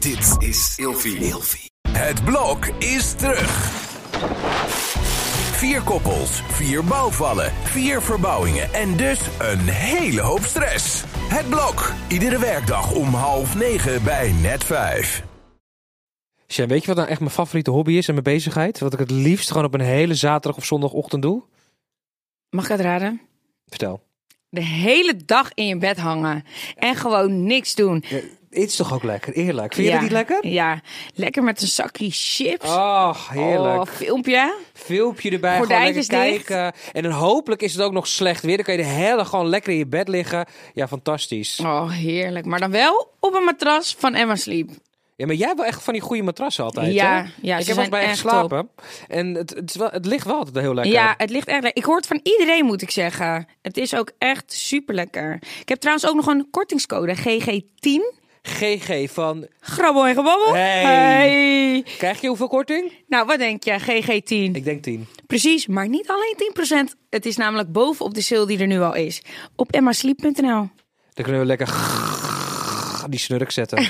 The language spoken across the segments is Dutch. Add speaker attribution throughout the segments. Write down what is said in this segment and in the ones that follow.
Speaker 1: Dit is Ilfie. Het blok is terug. 4 koppels, 4 bouwvallen, 4 verbouwingen en dus een hele hoop stress. Het blok, iedere werkdag om 8:30 bij Net5.
Speaker 2: Sjen, weet je wat nou echt mijn favoriete hobby is en mijn bezigheid? Wat ik het liefst gewoon op een hele zaterdag of zondagochtend doe?
Speaker 3: Mag ik het raden?
Speaker 2: Vertel.
Speaker 3: De hele dag in je bed hangen en gewoon niks doen.
Speaker 2: Ja, het is toch ook lekker, eerlijk. Vind je dat niet lekker?
Speaker 3: Ja, lekker met een zakje chips.
Speaker 2: Oh, heerlijk.
Speaker 3: Oh,
Speaker 2: Filmpje erbij,
Speaker 3: Gordijntjes
Speaker 2: gewoon lekker kijken. En dan hopelijk is het ook nog slecht weer. Dan kan je de hele dag gewoon lekker in je bed liggen. Ja, fantastisch.
Speaker 3: Oh, heerlijk. Maar dan wel op een matras van Emma Sleep.
Speaker 2: Ja, maar jij hebt wel echt van die goede matrassen altijd,
Speaker 3: Ja,
Speaker 2: hè?
Speaker 3: ja,
Speaker 2: ik
Speaker 3: ze
Speaker 2: heb wel eens bij je
Speaker 3: zijn echt
Speaker 2: geslapen. En het ligt wel altijd heel lekker.
Speaker 3: Ja, het ligt echt lekker. Ik hoor het van iedereen, moet ik zeggen. Het is ook echt super lekker. Ik heb trouwens ook nog een kortingscode, GG10.
Speaker 2: GG van...
Speaker 3: Grabbel en gebabbel.
Speaker 2: Hey. Krijg je hoeveel korting?
Speaker 3: Nou, wat denk je? GG10.
Speaker 2: Ik denk 10.
Speaker 3: Precies, maar niet alleen 10%. Het is namelijk bovenop de sale die er nu al is. Op emmasleep.nl.
Speaker 2: Dan kunnen we lekker die snurk zetten.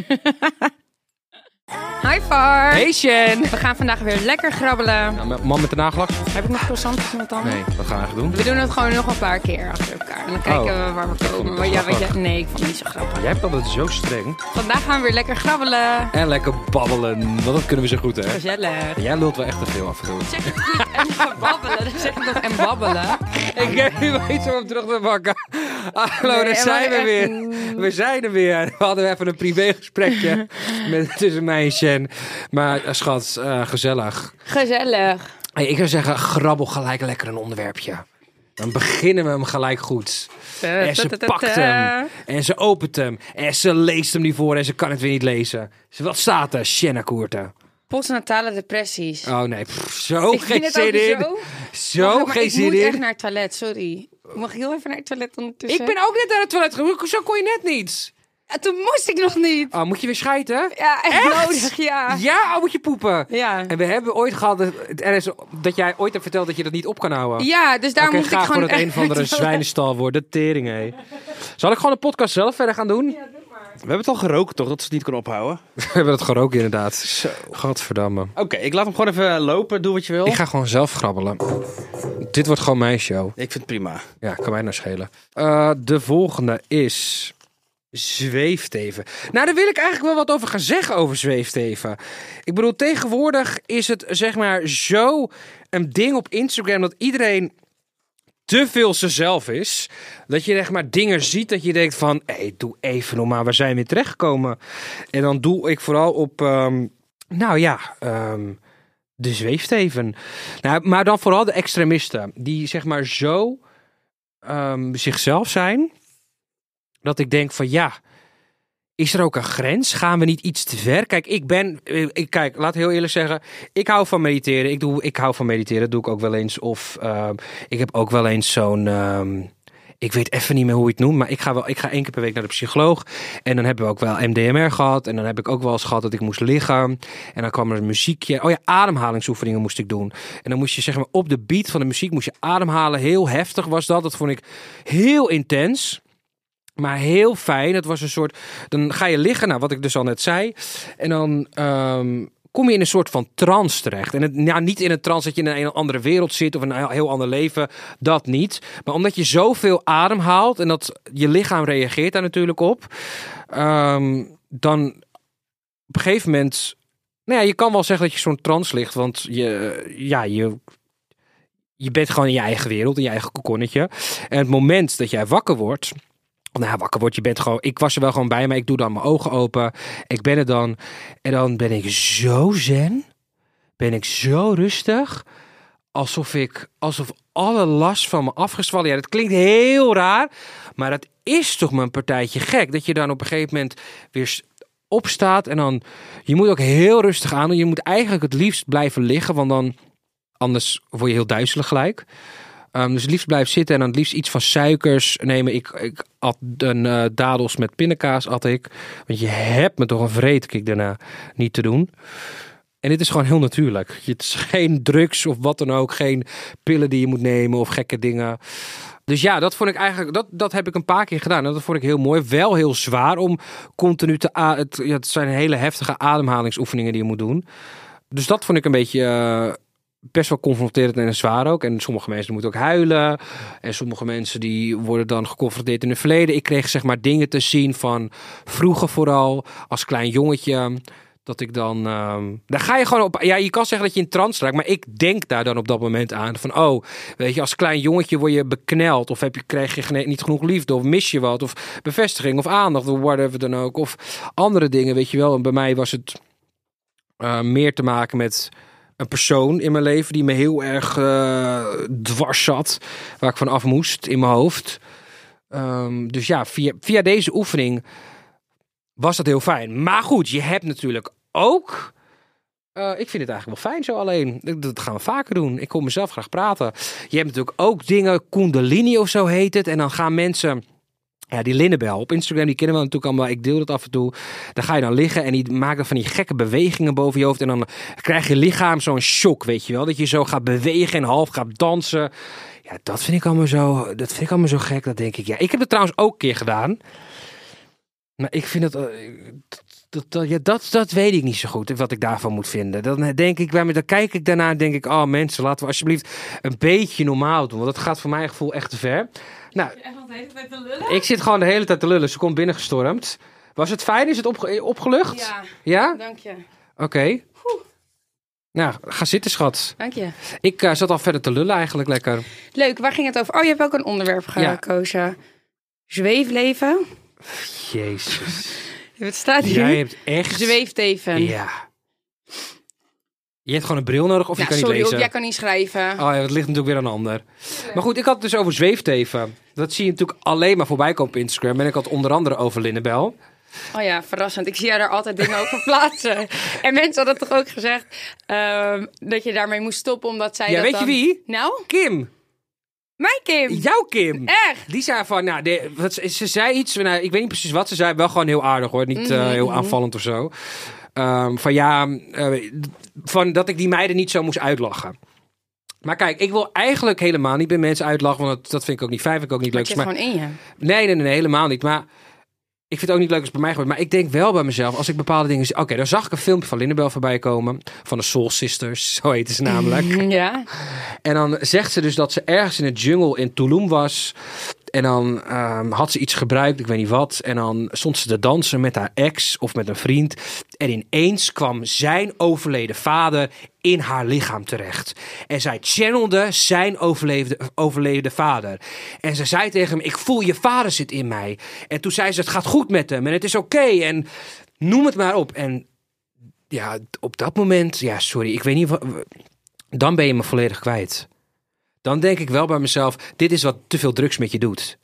Speaker 3: Hi Far.
Speaker 2: Hey Sjen.
Speaker 3: We gaan vandaag weer lekker grabbelen.
Speaker 2: Nou, man met de nagelak?
Speaker 3: Heb ik nog croissantjes met tanden?
Speaker 2: Nee, wat gaan we eigenlijk doen?
Speaker 3: We doen het gewoon nog een paar keer achter elkaar. En dan kijken we waar we komen. Maar ja, weet je, nee, ik vond het niet zo grappig.
Speaker 2: Jij hebt altijd zo streng.
Speaker 3: Vandaag gaan we weer lekker grabbelen.
Speaker 2: En lekker babbelen, want dat kunnen we zo goed, hè?
Speaker 3: Gezellig.
Speaker 2: Jij lult wel echt te veel af en toe.
Speaker 3: Zeg het goed en babbelen. Dan zeg ik toch en babbelen.
Speaker 2: Ik heb nu wel iets om terug te pakken. Hallo,
Speaker 3: Nee,
Speaker 2: daar zijn we
Speaker 3: echt-
Speaker 2: weer. We zijn er weer. We hadden even een privégesprekje tussen mij en Sjen. Maar schat, gezellig.
Speaker 3: Gezellig.
Speaker 2: Hey, ik zou zeggen, grabbel gelijk lekker een onderwerpje. Dan beginnen we hem gelijk goed. En ze pakt hem. En ze opent hem. En ze leest hem niet voor en ze kan het weer niet lezen. Wat staat er? Sjenna Koerten.
Speaker 3: Postnatale depressies.
Speaker 2: Oh nee, zo
Speaker 3: Ik
Speaker 2: geen
Speaker 3: vind het ook
Speaker 2: zin in. Zo geen
Speaker 3: Ik
Speaker 2: zin
Speaker 3: moet echt
Speaker 2: in.
Speaker 3: naar het toilet, sorry. Mag ik heel even naar het toilet ondertussen?
Speaker 2: Ik ben ook net naar het toilet gegaan. Zo kon je net niet.
Speaker 3: Ja, toen moest ik nog niet.
Speaker 2: Oh, moet je weer schijten?
Speaker 3: Ja, echt nodig, ja.
Speaker 2: Ja, oh, moet je poepen.
Speaker 3: Ja.
Speaker 2: En we hebben ooit gehad dat jij ooit hebt verteld dat je dat niet op kan houden.
Speaker 3: Ja, dus daar
Speaker 2: Oké,
Speaker 3: moet ik
Speaker 2: ga
Speaker 3: gewoon...
Speaker 2: voor het een of andere zwijnenstal worden. Tering, hé. Zal ik gewoon de podcast zelf verder gaan doen?
Speaker 4: We hebben het al geroken, toch? Dat ze het niet kunnen ophouden.
Speaker 2: We hebben het geroken, inderdaad. Zo. Godverdamme.
Speaker 4: Oké, ik laat hem gewoon even lopen. Doe wat je wil.
Speaker 2: Ik ga gewoon zelf grabbelen. Dit wordt gewoon mijn show.
Speaker 4: Ik vind het prima.
Speaker 2: Ja, kan mij nou schelen. De volgende is zweefteven. Nou, daar wil ik eigenlijk wel wat over gaan zeggen over zweefteven. Ik bedoel, tegenwoordig is het zeg maar zo een ding op Instagram dat iedereen te veel zichzelf is. Dat je zeg maar dingen ziet dat je denkt van, hé, doe even normaal, waar zijn we terechtgekomen? En dan doe ik vooral op, de zweefteven. Nou, maar dan vooral de extremisten. Die zeg maar zo zichzelf zijn. Dat ik denk van ja, is er ook een grens? Gaan we niet iets te ver? Kijk, laat heel eerlijk zeggen. Ik hou van mediteren. Ik hou van mediteren. Dat doe ik ook wel eens. Of ik heb ook wel eens zo'n... ik weet even niet meer hoe je het noemt. Maar ik ga 1 keer per week naar de psycholoog. En dan hebben we ook wel MDMR gehad. En dan heb ik ook wel eens gehad dat ik moest liggen. En dan kwam er een muziekje. Oh ja, ademhalingsoefeningen moest ik doen. En dan moest je zeg maar op de beat van de muziek moest je ademhalen. Heel heftig was dat. Dat vond ik heel intens. Maar heel fijn. Het was een soort... Dan ga je liggen, nou wat ik dus al net zei. En dan kom je in een soort van trance terecht. En niet in een trance dat je in een andere wereld zit of een heel ander leven. Dat niet. Maar omdat je zoveel ademhaalt en dat je lichaam reageert daar natuurlijk op. Dan op een gegeven moment... Nou ja, je kan wel zeggen dat je zo'n trance ligt. Want je bent gewoon in je eigen wereld, in je eigen kokonnetje. En het moment dat jij wakker wordt... je bent gewoon... Ik was er wel gewoon bij, maar ik doe dan mijn ogen open. Ik ben er dan. En dan ben ik zo zen. Ben ik zo rustig. Alsof alle last van me afgesvallen. Ja, dat klinkt heel raar. Maar dat is toch mijn partijtje gek. Dat je dan op een gegeven moment weer opstaat. En dan... Je moet ook heel rustig aan doen. Je moet eigenlijk het liefst blijven liggen. Want dan... Anders word je heel duizelig gelijk. Dus het liefst blijven zitten en dan het liefst iets van suikers nemen. Ik at een dadels met pindakaas at ik. Want je hebt me toch een vreedkick daarna niet te doen. En dit is gewoon heel natuurlijk. Het is geen drugs of wat dan ook. Geen pillen die je moet nemen of gekke dingen. Dus ja, dat vond ik eigenlijk, dat heb ik een paar keer gedaan. En dat vond ik heel mooi. Wel heel zwaar om continu het zijn hele heftige ademhalingsoefeningen die je moet doen. Dus dat vond ik een beetje best wel confronterend en zwaar ook. En sommige mensen moeten ook huilen. En sommige mensen die worden dan geconfronteerd in het verleden. Ik kreeg zeg maar dingen te zien van vroeger vooral als klein jongetje. Dat ik dan... daar ga je gewoon op... Ja, je kan zeggen dat je in trance raakt. Maar ik denk daar dan op dat moment aan. Van, weet je, als klein jongetje word je bekneld. Of krijg je niet genoeg liefde. Of mis je wat. Of bevestiging. Of aandacht. Of whatever dan ook. Of andere dingen, weet je wel. En bij mij was het meer te maken met een persoon in mijn leven. Die me heel erg dwars zat. Waar ik van af moest in mijn hoofd. Dus ja, via deze oefening was dat heel fijn. Maar goed, je hebt natuurlijk ook... ik vind het eigenlijk wel fijn zo alleen. Dat gaan we vaker doen. Ik kom mezelf graag praten. Je hebt natuurlijk ook dingen, Kundalini of zo heet het. En dan gaan mensen... Ja, die Linnebel op Instagram, die kennen we natuurlijk allemaal. Ik deel dat af en toe. Dan ga je dan liggen en die maken van die gekke bewegingen boven je hoofd. En dan krijg je lichaam zo'n shock, weet je wel. Dat je zo gaat bewegen en half gaat dansen. Ja, dat vind ik allemaal zo gek. Dat denk ik. Ja, ik heb het trouwens ook een keer gedaan. Maar ik vind dat weet ik niet zo goed. Wat ik daarvan moet vinden. Dan denk ik, dan kijk ik daarna en denk ik... Oh mensen, laten we alsjeblieft een beetje normaal doen. Want dat gaat voor mijn gevoel echt te ver. Nou,
Speaker 3: Zit je echt nog de hele tijd te lullen?
Speaker 2: ik zit gewoon de hele tijd te lullen. Ze komt binnengestormd. Was het fijn? Is het opgelucht?
Speaker 3: Ja,
Speaker 2: Ja?
Speaker 3: dank je.
Speaker 2: Oké. Nou, ga zitten, schat.
Speaker 3: Dank je.
Speaker 2: Ik zat al verder te lullen eigenlijk lekker.
Speaker 3: Leuk, waar ging het over? Oh, je hebt ook een onderwerp gekozen. Zweefleven.
Speaker 2: Jezus.
Speaker 3: Het staat hier.
Speaker 2: Jij hebt echt...
Speaker 3: Zweefteven.
Speaker 2: Ja. Je hebt gewoon een bril nodig of je kan niet
Speaker 3: sorry,
Speaker 2: lezen?
Speaker 3: jij kan niet schrijven.
Speaker 2: Oh ja, dat ligt natuurlijk weer aan een ander. Maar goed, ik had het dus over zweefteven. Dat zie je natuurlijk alleen maar voorbij komen op Instagram. En ik had onder andere over Linnebel.
Speaker 3: Oh ja, verrassend. Ik zie jou daar altijd dingen over plaatsen. En mensen hadden toch ook gezegd dat je daarmee moest stoppen omdat zij
Speaker 2: Ja,
Speaker 3: dat
Speaker 2: weet je wie?
Speaker 3: Nou?
Speaker 2: Kim.
Speaker 3: Mijn Kim.
Speaker 2: Jouw Kim.
Speaker 3: Echt?
Speaker 2: Die zei van, ze zei iets, ik weet niet precies wat ze zei. Wel gewoon heel aardig hoor, niet heel aanvallend of zo. Van dat ik die meiden niet zo moest uitlachen. Maar kijk, ik wil eigenlijk helemaal niet bij mensen uitlachen, want dat vind ik ook niet fijn, vind ik ook niet leuk.
Speaker 3: Het zit gewoon in je.
Speaker 2: Nee, helemaal niet. Maar ik vind het ook niet leuk als het bij mij gebeurt. Maar ik denk wel bij mezelf, als ik bepaalde dingen zie... Oké, dan zag ik een filmpje van Linnebel voorbij komen. Van de Soul Sisters, zo heet ze namelijk.
Speaker 3: Ja.
Speaker 2: En dan zegt ze dus dat ze ergens in het jungle in Tulum was. En dan had ze iets gebruikt, ik weet niet wat. En dan stond ze te dansen met haar ex of met een vriend. En ineens kwam zijn overleden vader in haar lichaam terecht. En zij channelde zijn overleden vader. En ze zei tegen hem, ik voel je vader zit in mij. En toen zei ze, het gaat goed met hem en het is oké. En noem het maar op. En ja, op dat moment, ja sorry, ik weet niet wat... Dan ben je me volledig kwijt. Dan denk ik wel bij mezelf, dit is wat te veel drugs met je doet.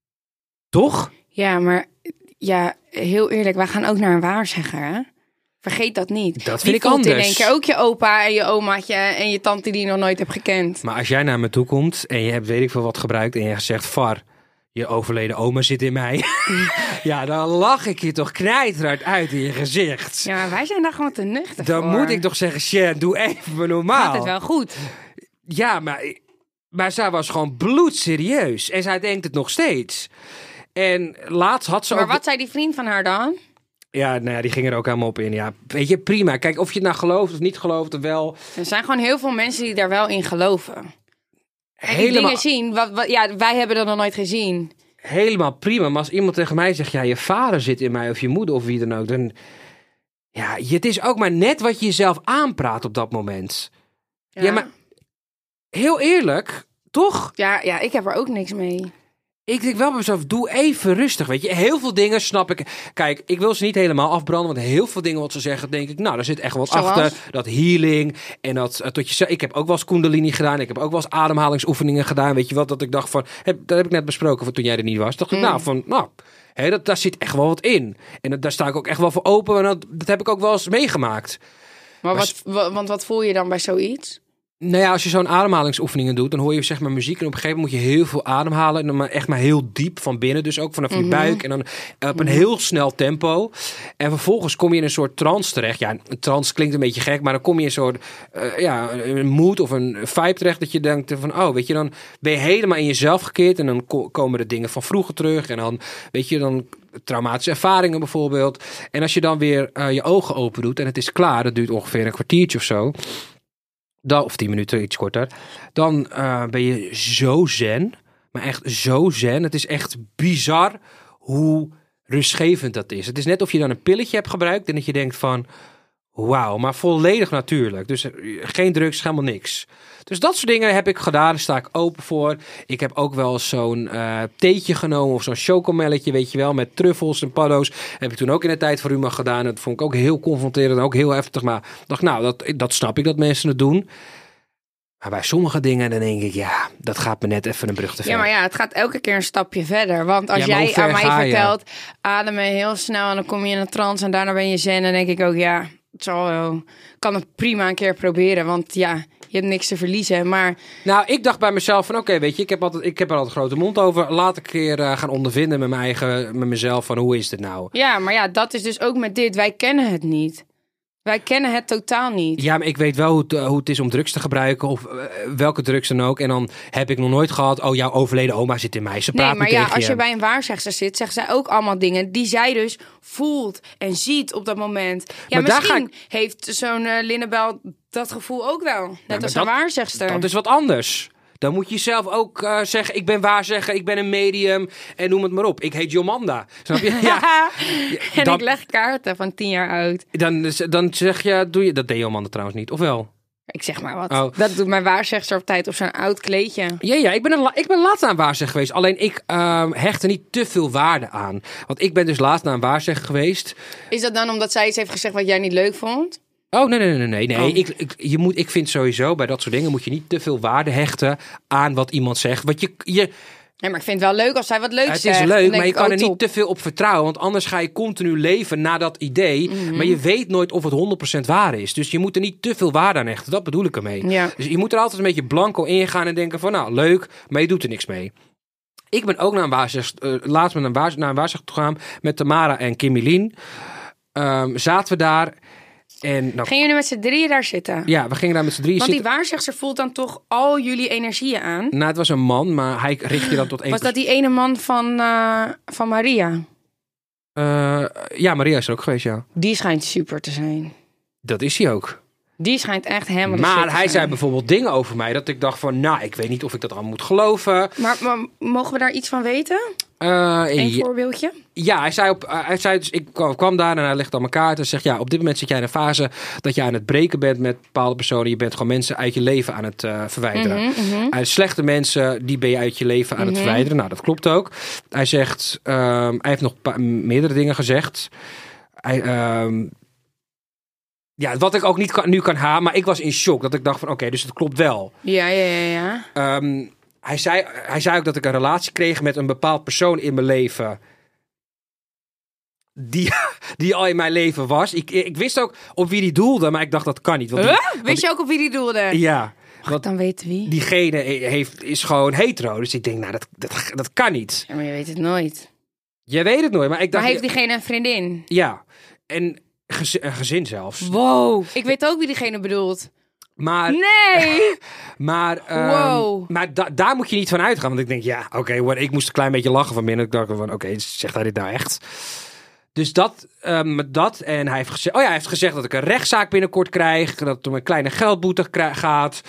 Speaker 2: Toch?
Speaker 3: Ja, maar ja, heel eerlijk, wij gaan ook naar een waarzegger, hè? Vergeet dat niet.
Speaker 2: Dat vind ik
Speaker 3: voelt
Speaker 2: anders.
Speaker 3: in één keer ook je opa en je omaatje en je tante die je nog nooit hebt gekend.
Speaker 2: Maar als jij naar me toe komt en je hebt weet ik veel wat gebruikt en je zegt, Far, je overleden oma zit in mij. Ja, dan lach ik je toch knijterhard uit in je gezicht.
Speaker 3: Ja, maar wij zijn daar gewoon te nuchter
Speaker 2: Dan
Speaker 3: voor.
Speaker 2: moet ik toch zeggen, shit, doe even normaal.
Speaker 3: Gaat het wel goed?
Speaker 2: Ja, maar zij was gewoon bloedserieus. En zij denkt het nog steeds. En laatst had ze
Speaker 3: Maar
Speaker 2: ook...
Speaker 3: wat zei die vriend van haar dan?
Speaker 2: Ja, nou ja, die ging er ook helemaal op in. Ja, weet je, prima. Kijk, of je het nou gelooft of niet gelooft, of wel...
Speaker 3: Er zijn gewoon heel veel mensen die daar wel in geloven. En die
Speaker 2: Helemaal,
Speaker 3: dingen zien. Ja, wij hebben dat nog nooit gezien.
Speaker 2: helemaal prima. Maar als iemand tegen mij zegt, ja, je vader zit in mij, of je moeder, of wie dan ook, dan... Ja, het is ook maar net wat je jezelf aanpraat op dat moment. Ja, maar heel eerlijk, toch?
Speaker 3: Ja, ik heb er ook niks mee.
Speaker 2: Ik denk wel bij mezelf, doe even rustig, weet je. Heel veel dingen snap ik. Kijk, ik wil ze niet helemaal afbranden, want heel veel dingen wat ze zeggen, denk ik, nou, daar zit echt wat
Speaker 3: Zoals?
Speaker 2: achter. Dat healing en dat ik heb ook wel eens Kundalini gedaan. Ik heb ook wel eens ademhalingsoefeningen gedaan. Weet je wat, dat ik dacht van, dat heb ik net besproken van toen jij er niet was. Dacht ik, daar zit echt wel wat in. En daar sta ik ook echt wel voor open. En dat heb ik ook wel eens meegemaakt.
Speaker 3: Maar want wat voel je dan bij zoiets?
Speaker 2: Nou ja, als je zo'n ademhalingsoefeningen doet, dan hoor je zeg maar muziek en op een gegeven moment moet je heel veel ademhalen en dan maar echt maar heel diep van binnen, dus ook vanaf je buik en dan op een heel snel tempo. En vervolgens kom je in een soort trance terecht. Ja, een trance klinkt een beetje gek, maar dan kom je in een soort een mood of een vibe terecht dat je denkt van, oh, weet je, dan ben je helemaal in jezelf gekeerd en dan komen de dingen van vroeger terug en dan, weet je, dan traumatische ervaringen bijvoorbeeld. En als je dan weer je ogen open doet en het is klaar, dat duurt ongeveer een kwartiertje of zo. Of 10 minuten, iets korter. Dan ben je zo zen. Maar echt zo zen. Het is echt bizar hoe rustgevend dat is. Het is net of je dan een pilletje hebt gebruikt en dat je denkt van, wauw, maar volledig natuurlijk. Dus geen drugs, helemaal niks. Dus dat soort dingen heb ik gedaan. Daar sta ik open voor. Ik heb ook wel zo'n theetje genomen of zo'n chocomelletje, weet je wel, met truffels en paddo's. Heb ik toen ook in de tijd voor Ruma gedaan. Dat vond ik ook heel confronterend en ook heel heftig. Maar ik dacht, nou, dat snap ik dat mensen het doen. Maar bij sommige dingen, dan denk ik, ja, dat gaat me net even een brug te ver.
Speaker 3: Ja, maar ja, het gaat elke keer een stapje verder. Want als jij aan mij vertelt, ademen heel snel en dan kom je in een trance en daarna ben je zen. Dan denk ik ook, ja, het zal wel. Kan het prima een keer proberen, want ja, je hebt niks te verliezen. Maar
Speaker 2: nou, ik dacht bij mezelf van, oké, weet je, ik heb er altijd grote mond over. Laat ik een keer gaan ondervinden met mezelf van, hoe is dit nou?
Speaker 3: Ja, maar ja, dat is dus ook met dit. Wij kennen het niet. Wij kennen het totaal niet.
Speaker 2: Ja, maar ik weet wel hoe het is om drugs te gebruiken. Of welke drugs dan ook. En dan heb ik nog nooit gehad, oh, jouw overleden oma zit in mij. Ze praat
Speaker 3: maar ja,
Speaker 2: tegen
Speaker 3: als je bij een waarzegster zit, zegt zij ook allemaal dingen die zij dus voelt en ziet op dat moment. Ja, maar misschien heeft zo'n Linnebel dat gevoel ook wel. Net als een waarzegster.
Speaker 2: Dat is wat anders. Dan moet je zelf ook zeggen, ik ben waarzegger, ik ben een medium en noem het maar op. Ik heet Jomanda. Snap je? Ja.
Speaker 3: En ik leg kaarten van 10 jaar oud.
Speaker 2: Dan zeg je, doe je... Dat deed Jomanda trouwens niet, of wel?
Speaker 3: Ik zeg maar wat. Oh. Dat doet mijn waarzegster op tijd op zo'n oud kleedje.
Speaker 2: Ja, ik ben laatst aan een waarzegger geweest. Alleen ik hecht er niet te veel waarde aan. Want ik ben dus laatst naar een waarzegger geweest.
Speaker 3: Is dat dan omdat zij iets heeft gezegd wat jij niet leuk vond?
Speaker 2: Oh, nee. Oh. Ik vind sowieso, bij dat soort dingen moet je niet te veel waarde hechten aan wat iemand zegt. Want je
Speaker 3: nee, maar ik vind het wel leuk als zij wat leuks zegt.
Speaker 2: Het is leuk, maar je kan er niet te veel op vertrouwen. Want anders ga je continu leven naar dat idee. Mm-hmm. Maar je weet nooit of het 100% waar is. Dus je moet er niet te veel waarde aan hechten. Dat bedoel ik ermee. Ja. Dus je moet er altijd een beetje blanco in gaan en denken van, nou, leuk, maar je doet er niks mee. Ik ben ook laatst naar een waarzegster gegaan met Tamara en Kimmy Lien. Zaten we daar. En
Speaker 3: gingen jullie met z'n drieën daar zitten?
Speaker 2: Ja, we gingen daar met z'n drieën
Speaker 3: zitten.
Speaker 2: Want
Speaker 3: die waarzegster voelt dan toch al jullie energieën aan?
Speaker 2: Nou, het was een man, maar hij richt je dan tot één.
Speaker 3: Was dat die ene man van Maria?
Speaker 2: Ja, Maria is er ook geweest, ja.
Speaker 3: Die schijnt super te zijn.
Speaker 2: Dat is hij ook.
Speaker 3: Die schijnt echt helemaal te
Speaker 2: Maar hij zei bijvoorbeeld dingen over mij dat ik dacht van, nou, ik weet niet of ik dat al moet geloven.
Speaker 3: Maar mogen we daar iets van weten? Een voorbeeldje?
Speaker 2: Ja, hij zei dus, ik kwam daar en hij legde aan elkaar en zegt, ja, op dit moment zit jij in een fase dat je aan het breken bent met bepaalde personen. Je bent gewoon mensen uit je leven aan het verwijderen. Uit slechte mensen, die ben je uit je leven aan het verwijderen. Nou, dat klopt ook. Hij zegt, hij heeft nog meerdere dingen gezegd. Ja, wat ik ook niet nu kan halen, maar ik was in shock. Dat ik dacht van, oké, dus het klopt wel.
Speaker 3: Ja.
Speaker 2: Hij zei ook dat ik een relatie kreeg met een bepaald persoon in mijn leven. Die al in mijn leven was. Ik wist ook op wie die doelde, maar ik dacht dat kan niet.
Speaker 3: Wist je ook op wie die doelde?
Speaker 2: Ja.
Speaker 3: Wat dan weten wie?
Speaker 2: Diegene is gewoon hetero. Dus ik denk, nou, dat kan niet.
Speaker 3: Ja, maar je weet het nooit.
Speaker 2: Je weet het nooit, maar ik dacht...
Speaker 3: Maar heeft diegene een vriendin?
Speaker 2: Ja. En een gezin zelfs.
Speaker 3: Wow. Ik weet ook wie diegene bedoelt.
Speaker 2: Maar,
Speaker 3: nee!
Speaker 2: Maar,
Speaker 3: wow.
Speaker 2: Maar daar moet je niet van uitgaan. Want ik denk, ja, oké, ik moest een klein beetje lachen van binnen. Ik dacht van, oké, zegt hij dit nou echt? Dus dat. En hij heeft gezegd dat ik een rechtszaak binnenkort krijg. Dat het om een kleine geldboete gaat.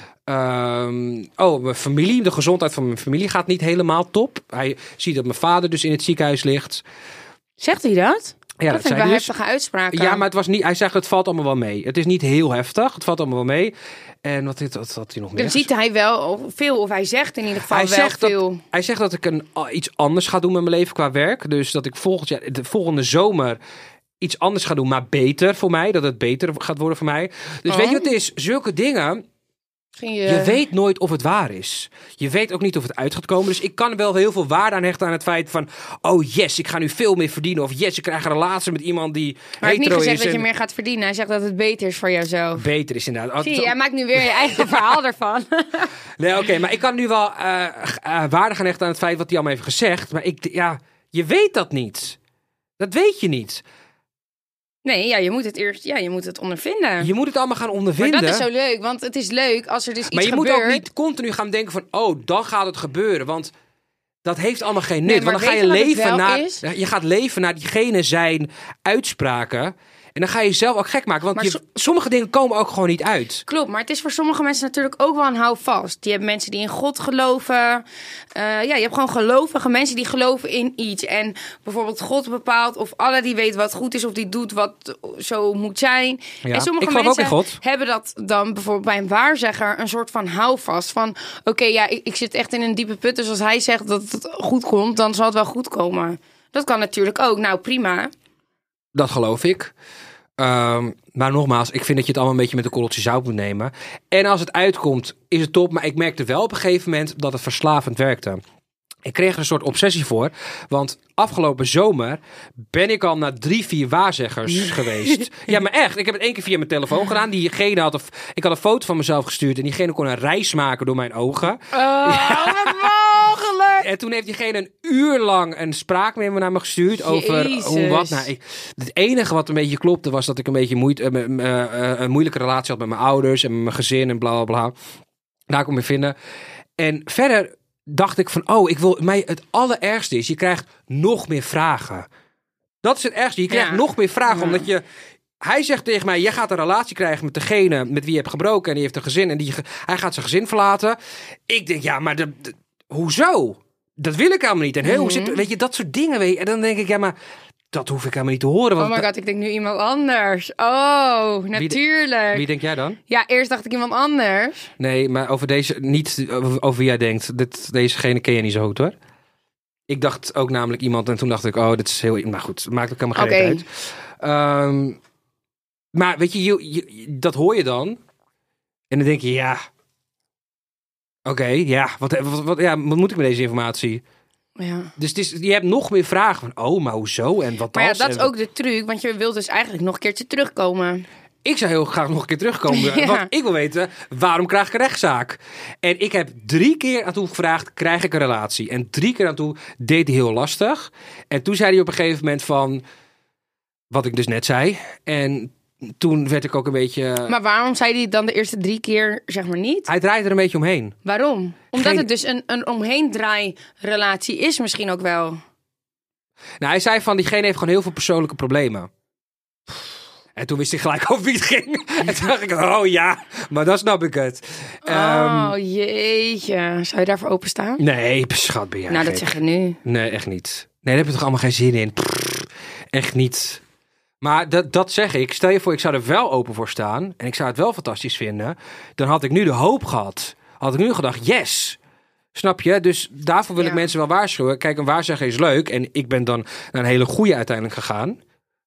Speaker 2: Mijn familie, de gezondheid van mijn familie gaat niet helemaal top. Hij ziet dat mijn vader dus in het ziekenhuis ligt.
Speaker 3: Zegt hij dat?
Speaker 2: Ja,
Speaker 3: dat vind ik wel heftige uitspraken.
Speaker 2: Ja, maar het was niet. Hij zegt het valt allemaal wel mee. Het is niet heel heftig. Het valt allemaal wel mee. En wat had hij nog meer?
Speaker 3: Dan ziet hij wel veel, of hij zegt in ieder geval veel.
Speaker 2: Hij zegt dat ik iets anders ga doen met mijn leven qua werk. Dus dat ik de volgende zomer iets anders ga doen, maar beter voor mij. Dat het beter gaat worden voor mij. Dus weet je wat het is? Zulke dingen. Je weet nooit of het waar is. Je weet ook niet of het uit gaat komen. Dus ik kan er wel heel veel waarde aan hechten aan het feit van... oh yes, ik ga nu veel meer verdienen. Of yes, ik krijg een relatie met iemand die hetero is.
Speaker 3: Maar hij heeft niet gezegd dat je meer gaat verdienen. Hij zegt dat het beter is voor jouzelf.
Speaker 2: Beter is inderdaad.
Speaker 3: Zie je, jij maakt nu weer je eigen verhaal ervan.
Speaker 2: Nee, oké, maar ik kan nu wel waarde gaan hechten aan het feit wat hij allemaal heeft gezegd. Maar je weet dat niet. Dat weet je niet.
Speaker 3: Nee, ja, je moet het eerst, je moet het ondervinden.
Speaker 2: Je moet het allemaal gaan ondervinden.
Speaker 3: Maar dat is zo leuk, want het is leuk als er dus iets gebeurt.
Speaker 2: Maar je moet ook niet continu gaan denken van, oh, dan gaat het gebeuren. Want dat heeft allemaal geen nut. Want dan ga je leven je gaat leven naar diegene zijn uitspraken. En dan ga je jezelf ook gek maken. Want sommige dingen komen ook gewoon niet uit.
Speaker 3: Klopt, maar het is voor sommige mensen natuurlijk ook wel een houvast. Je hebt mensen die in God geloven. Je hebt gewoon gelovige mensen die geloven in iets. En bijvoorbeeld God bepaalt of Allah die weet wat goed is. Of die doet wat zo moet zijn.
Speaker 2: Ja,
Speaker 3: en sommige mensen hebben dat dan bijvoorbeeld bij een waarzegger een soort van houvast. Van oké, ik zit echt in een diepe put. Dus als hij zegt dat het goed komt, dan zal het wel goed komen. Dat kan natuurlijk ook. Nou, prima.
Speaker 2: Dat geloof ik. Maar nogmaals, ik vind dat je het allemaal een beetje met een korreltje zout moet nemen. En als het uitkomt, is het top. Maar ik merkte wel op een gegeven moment dat het verslavend werkte. Ik kreeg er een soort obsessie voor. Want afgelopen zomer ben ik al naar 3-4 waarzeggers geweest. Ja, maar echt. Ik heb het 1 keer via mijn telefoon gedaan. Diegene ik had een foto van mezelf gestuurd. En diegene kon een reis maken door mijn ogen.
Speaker 3: Wat mogelijk!
Speaker 2: En toen heeft diegene een uur lang een spraakmemo naar me gestuurd. Over hoe wat. Nou, het enige wat een beetje klopte was dat ik een beetje een moeilijke relatie had met mijn ouders. En met mijn gezin en bla bla bla. Daar kon ik me vinden. En verder dacht ik van, het allerergste is, je krijgt nog meer vragen. Dat is het ergste. Je krijgt nog meer vragen, omdat hij zegt tegen mij, jij gaat een relatie krijgen met degene met wie je hebt gebroken en die heeft een gezin en hij gaat zijn gezin verlaten. Ik denk, maar hoezo? Dat wil ik helemaal niet. En hoe zit, weet je, dat soort dingen, weet je. En dan denk ik, maar dat hoef ik helemaal niet te horen.
Speaker 3: Want my god, ik denk nu iemand anders. Oh, natuurlijk.
Speaker 2: Wie denk jij dan?
Speaker 3: Ja, eerst dacht ik iemand anders.
Speaker 2: Nee, maar over deze, niet over wie jij denkt. Dezegene ken je niet zo goed, hoor. Ik dacht ook namelijk iemand en toen dacht ik, dit is heel... Maar goed, maakt ook helemaal geen uit. Maar weet je, dat hoor je dan. En dan denk je, wat moet ik met deze informatie?
Speaker 3: Ja.
Speaker 2: Dus je hebt nog meer vragen van, maar hoezo en wat
Speaker 3: maar dat is ook de truc, want je wilt dus eigenlijk nog een keertje terugkomen.
Speaker 2: Ik zou heel graag nog een keer terugkomen, want ik wil weten, waarom krijg ik een rechtszaak? En ik heb 3 keer aan toe gevraagd, krijg ik een relatie? En 3 keer aan toe deed hij heel lastig. En toen zei hij op een gegeven moment van, wat ik dus net zei. En toen werd ik ook een beetje...
Speaker 3: Maar waarom zei hij dan de eerste 3 keer, zeg maar niet?
Speaker 2: Hij draait er een beetje omheen.
Speaker 3: Waarom? Omdat het dus een omheendraai-relatie is misschien ook wel.
Speaker 2: Nou, hij zei van, diegene heeft gewoon heel veel persoonlijke problemen. En toen wist ik gelijk over wie het ging. En toen dacht ik, maar dan snap ik het.
Speaker 3: Jeetje. Zou je daarvoor openstaan?
Speaker 2: Nee, schat, ben jij
Speaker 3: Nou,
Speaker 2: gek.
Speaker 3: dat zeg je nu.
Speaker 2: Nee, echt niet. Nee, daar heb je toch allemaal geen zin in. Echt niet. Maar dat zeg ik. Stel je voor, ik zou er wel open voor staan. En ik zou het wel fantastisch vinden. Dan had ik nu de hoop gehad. Had ik nu gedacht, yes. Snap je? Dus daarvoor wil ik mensen wel waarschuwen. Kijk, een waarzegger is leuk. En ik ben dan naar een hele goede uiteindelijk gegaan.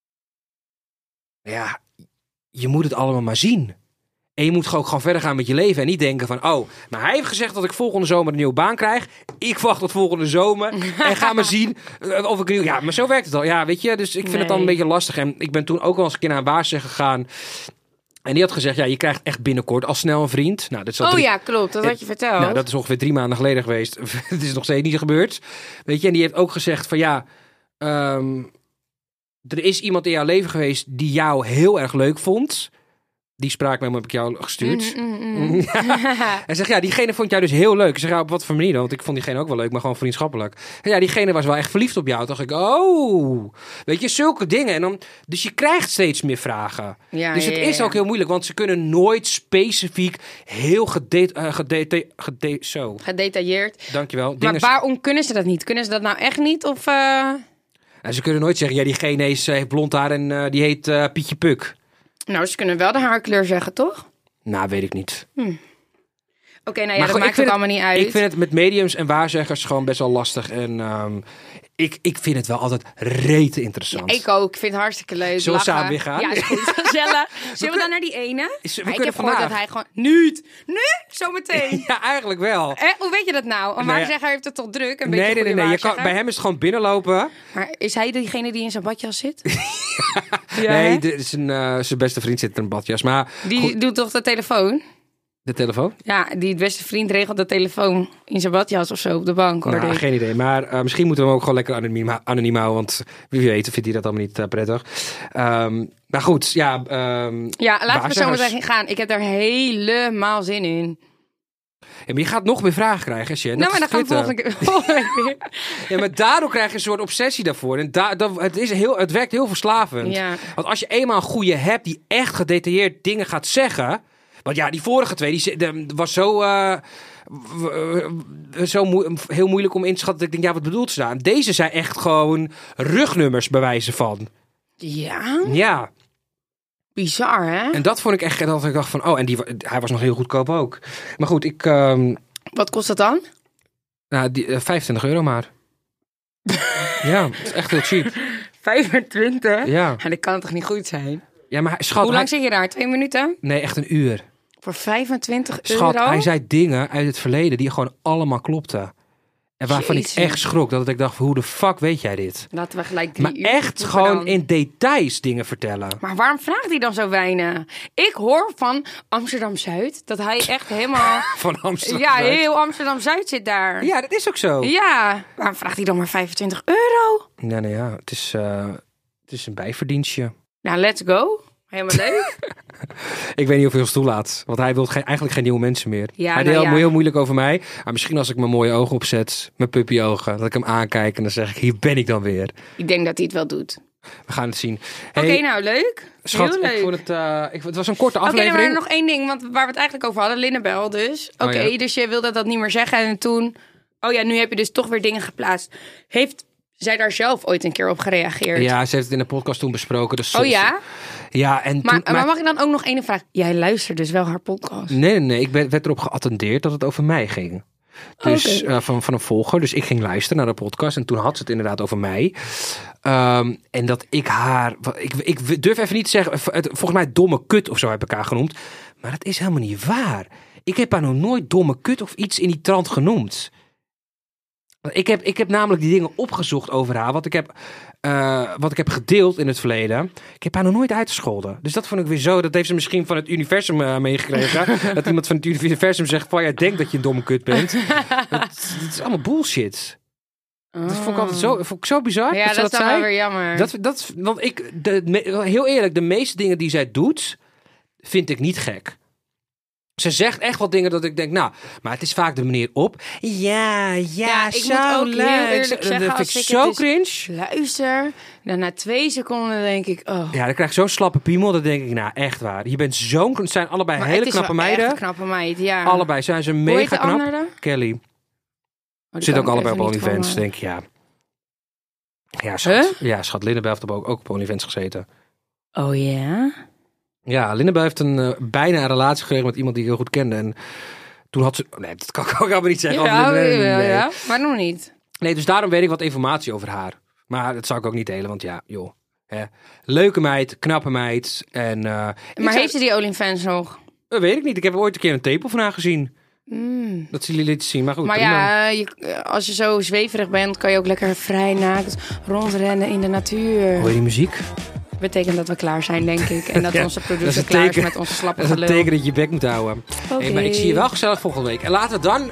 Speaker 2: Ja, je moet het allemaal maar zien. En je moet gewoon verder gaan met je leven. En niet denken van, maar hij heeft gezegd dat ik volgende zomer een nieuwe baan krijg. Ik wacht tot volgende zomer. En ga maar zien of ik... Ja, maar zo werkt het al. Ja, weet je. Dus ik vind het dan een beetje lastig. En ik ben toen ook wel eens een keer naar een waarzegger gegaan. En die had gezegd, je krijgt echt binnenkort al snel een vriend. Nou, dat is al
Speaker 3: ja, klopt. Dat had je verteld.
Speaker 2: Nou, dat is ongeveer 3 maanden geleden geweest. Het is nog steeds niet gebeurd. Weet je, en die heeft ook gezegd van er is iemand in jouw leven geweest die jou heel erg leuk vond. Die spraakmemo heb ik jou gestuurd. Hij zegt, diegene vond jij dus heel leuk. Ik zeg, op wat voor manier dan? Want ik vond diegene ook wel leuk, maar gewoon vriendschappelijk. En diegene was wel echt verliefd op jou. Toen dacht ik, weet je, zulke dingen. En dan, dus je krijgt steeds meer vragen. Dus het is ook heel moeilijk, want ze kunnen nooit specifiek heel
Speaker 3: gedetailleerd.
Speaker 2: Dankjewel.
Speaker 3: Maar waarom kunnen ze dat niet? Kunnen ze dat nou echt niet? Of...
Speaker 2: En ze kunnen nooit zeggen, diegene heeft blond haar en die heet Pietje Puk.
Speaker 3: Nou, ze kunnen wel de haarkleur zeggen, toch?
Speaker 2: Nou, weet ik niet.
Speaker 3: Oké, dat maakt ook allemaal niet uit.
Speaker 2: Ik vind het met mediums en waarzeggers gewoon best wel lastig. En Ik vind het wel altijd rete interessant.
Speaker 3: Ja, ik ook. Ik vind het hartstikke leuk.
Speaker 2: Zullen we samen weer gaan?
Speaker 3: Ja, is goed. Gezellig. Zullen we dan naar die ene?
Speaker 2: We
Speaker 3: ik heb
Speaker 2: vandaag.
Speaker 3: gehoord dat hij gewoon... Nu? Zometeen.
Speaker 2: Ja, eigenlijk wel.
Speaker 3: Hoe weet je dat nou? Een waarzegger heeft het toch druk? Een
Speaker 2: Nee.
Speaker 3: Je kan,
Speaker 2: bij hem is het gewoon binnenlopen.
Speaker 3: Maar is hij diegene die in zijn badjas zit?
Speaker 2: Nee, zijn beste vriend zit in een badjas. Maar
Speaker 3: die doet toch de telefoon?
Speaker 2: De telefoon?
Speaker 3: Ja, die beste vriend regelt de telefoon in zijn badjas of zo op de bank.
Speaker 2: Nou, geen idee. Maar misschien moeten we hem ook gewoon lekker anoniem houden. Want wie weet vindt hij dat allemaal niet prettig. Maar goed, ja.
Speaker 3: Laten we zo meteen gaan. Ik heb daar helemaal zin in.
Speaker 2: Ja, maar je gaat nog meer vragen krijgen, Sjen.
Speaker 3: Nou, maar dan gaan we volgende keer weer.
Speaker 2: Ja, maar daardoor krijg je een soort obsessie daarvoor. En het werkt heel verslavend.
Speaker 3: Ja.
Speaker 2: Want als je eenmaal een goede hebt die echt gedetailleerd dingen gaat zeggen... Want ja, die vorige twee, die was heel moeilijk om in te schatten. Dat ik denk, ja, wat bedoelt ze daar? Deze zijn echt gewoon rugnummers bewijzen van.
Speaker 3: Ja?
Speaker 2: Ja.
Speaker 3: Bizar, hè?
Speaker 2: En dat vond ik echt, dat ik dacht van, hij was nog heel goedkoop ook. Maar goed,
Speaker 3: Wat kost dat dan?
Speaker 2: Nou, €25 maar. Ja, dat is echt heel cheap.
Speaker 3: 25?
Speaker 2: Ja.
Speaker 3: En dat kan toch niet goed zijn?
Speaker 2: Ja, maar schat...
Speaker 3: Hoe lang zit je daar? 2 minuten?
Speaker 2: Nee, echt een uur.
Speaker 3: Voor €25?
Speaker 2: Schat, hij zei dingen uit het verleden die gewoon allemaal klopten. En waarvan ik echt schrok. Dat ik dacht, hoe de fuck weet jij dit?
Speaker 3: Laten we gelijk 3 uur...
Speaker 2: Maar echt gewoon in details dingen vertellen.
Speaker 3: Maar waarom vraagt hij dan zo weinig? Ik hoor van Amsterdam-Zuid dat hij echt helemaal...
Speaker 2: Van Amsterdam.
Speaker 3: Ja, heel Amsterdam-Zuid zit daar.
Speaker 2: Ja, dat is ook zo.
Speaker 3: Ja, waarom vraagt hij dan maar €25?
Speaker 2: Nou ja, het is een bijverdienstje.
Speaker 3: Nou, let's go. Helemaal leuk.
Speaker 2: Ik weet niet of hij ons toelaat. Want hij wil eigenlijk geen nieuwe mensen meer.
Speaker 3: Ja,
Speaker 2: hij deed heel moeilijk over mij. Maar misschien als ik mijn mooie ogen opzet, mijn puppyogen, dat ik hem aankijk en dan zeg ik, hier ben ik dan weer.
Speaker 3: Ik denk dat hij het wel doet.
Speaker 2: We gaan het zien.
Speaker 3: Oké, nou leuk.
Speaker 2: Schat,
Speaker 3: heel leuk.
Speaker 2: Ik vond het was een korte aflevering.
Speaker 3: Oké, maar nog één ding, want waar we het eigenlijk over hadden, Linnebel dus. Oké, dus je wilde dat niet meer zeggen en toen... Oh ja, nu heb je dus toch weer dingen geplaatst. Heeft zij daar zelf ooit een keer op gereageerd?
Speaker 2: Ja, ze heeft het in de podcast toen besproken. Dus
Speaker 3: ja?
Speaker 2: Ja, en
Speaker 3: maar mag ik dan ook nog één vraag? Jij luistert dus wel haar podcast?
Speaker 2: Nee. Ik werd erop geattendeerd dat het over mij ging. Dus van een volger. Dus ik ging luisteren naar de podcast. En toen had ze het inderdaad over mij. En dat ik haar... Ik durf even niet te zeggen... Volgens mij domme kut of zo heb ik haar genoemd. Maar dat is helemaal niet waar. Ik heb haar nog nooit domme kut of iets in die trant genoemd. Ik heb namelijk die dingen opgezocht over haar. Wat ik heb gedeeld in het verleden. Ik heb haar nog nooit uitgescholden. Dus dat vond ik weer zo. Dat heeft ze misschien van het universum meegekregen. Dat iemand van het universum zegt van... jij denkt dat je een domme kut bent. Het is allemaal bullshit. Dat vond ik altijd zo bizar.
Speaker 3: Ja, dat is dan wel weer jammer.
Speaker 2: Want heel eerlijk, de meeste dingen die zij doet... vind ik niet gek. Ze zegt echt wat dingen dat ik denk, nou, maar het is vaak de manier op. Ja, ik
Speaker 3: moet ook
Speaker 2: leuk.
Speaker 3: heel eerlijk zeggen,
Speaker 2: dat vind ik zo cringe.
Speaker 3: Luister, dan na 2 seconden denk ik, oh.
Speaker 2: Ja, dan krijg je zo'n slappe piemel, dan denk ik, nou, echt waar. Je bent het zijn allebei hele knappe meiden.
Speaker 3: Echt een knappe meid, ja.
Speaker 2: Allebei zijn ze mega knap.
Speaker 3: Andere?
Speaker 2: Kelly. Zit ook allebei op OnlyFans, denk ik, ja. Ja, schat.
Speaker 3: Huh?
Speaker 2: Ja, schat, Linnebel heeft ook op OnlyFans gezeten.
Speaker 3: Oh ja?
Speaker 2: Ja, Linnebel heeft bijna een relatie gekregen met iemand die ik heel goed kende. En toen had ze... Nee, dat kan ik ook allemaal niet zeggen.
Speaker 3: Ja, maar nog niet.
Speaker 2: Nee, dus daarom weet ik wat informatie over haar. Maar dat zou ik ook niet delen, want ja, joh. Leuke meid, knappe meid. En,
Speaker 3: maar heeft ze die OnlyFans nog?
Speaker 2: Dat weet ik niet. Ik heb ooit een keer een tape van haar gezien. Dat ze jullie lieten zien, maar goed.
Speaker 3: Maar
Speaker 2: prima.
Speaker 3: ja, als je zo zweverig bent, kan je ook lekker vrij naakt rondrennen in de natuur.
Speaker 2: Hoor je die muziek?
Speaker 3: Betekent dat we klaar zijn, denk ik. En dat onze producer klaar is met onze slappe gelul.
Speaker 2: Dat is een teken dat je bek moet houden.
Speaker 3: Okay.
Speaker 2: Hey, maar ik zie je wel gezellig volgende week. En laten we dan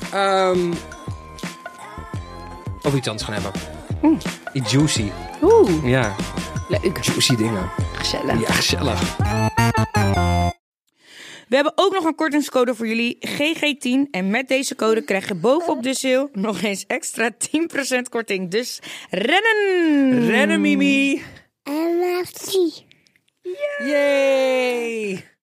Speaker 2: over iets anders gaan hebben. Iets juicy. Ja.
Speaker 3: Leuk.
Speaker 2: Juicy dingen.
Speaker 3: Gezellig.
Speaker 2: Ja, gezellig.
Speaker 5: We hebben ook nog een kortingscode voor jullie, GG10. En met deze code krijg je bovenop de sale nog eens extra 10% korting. Dus rennen!
Speaker 2: Rennen, Mimi!
Speaker 6: En merci.
Speaker 2: Yay!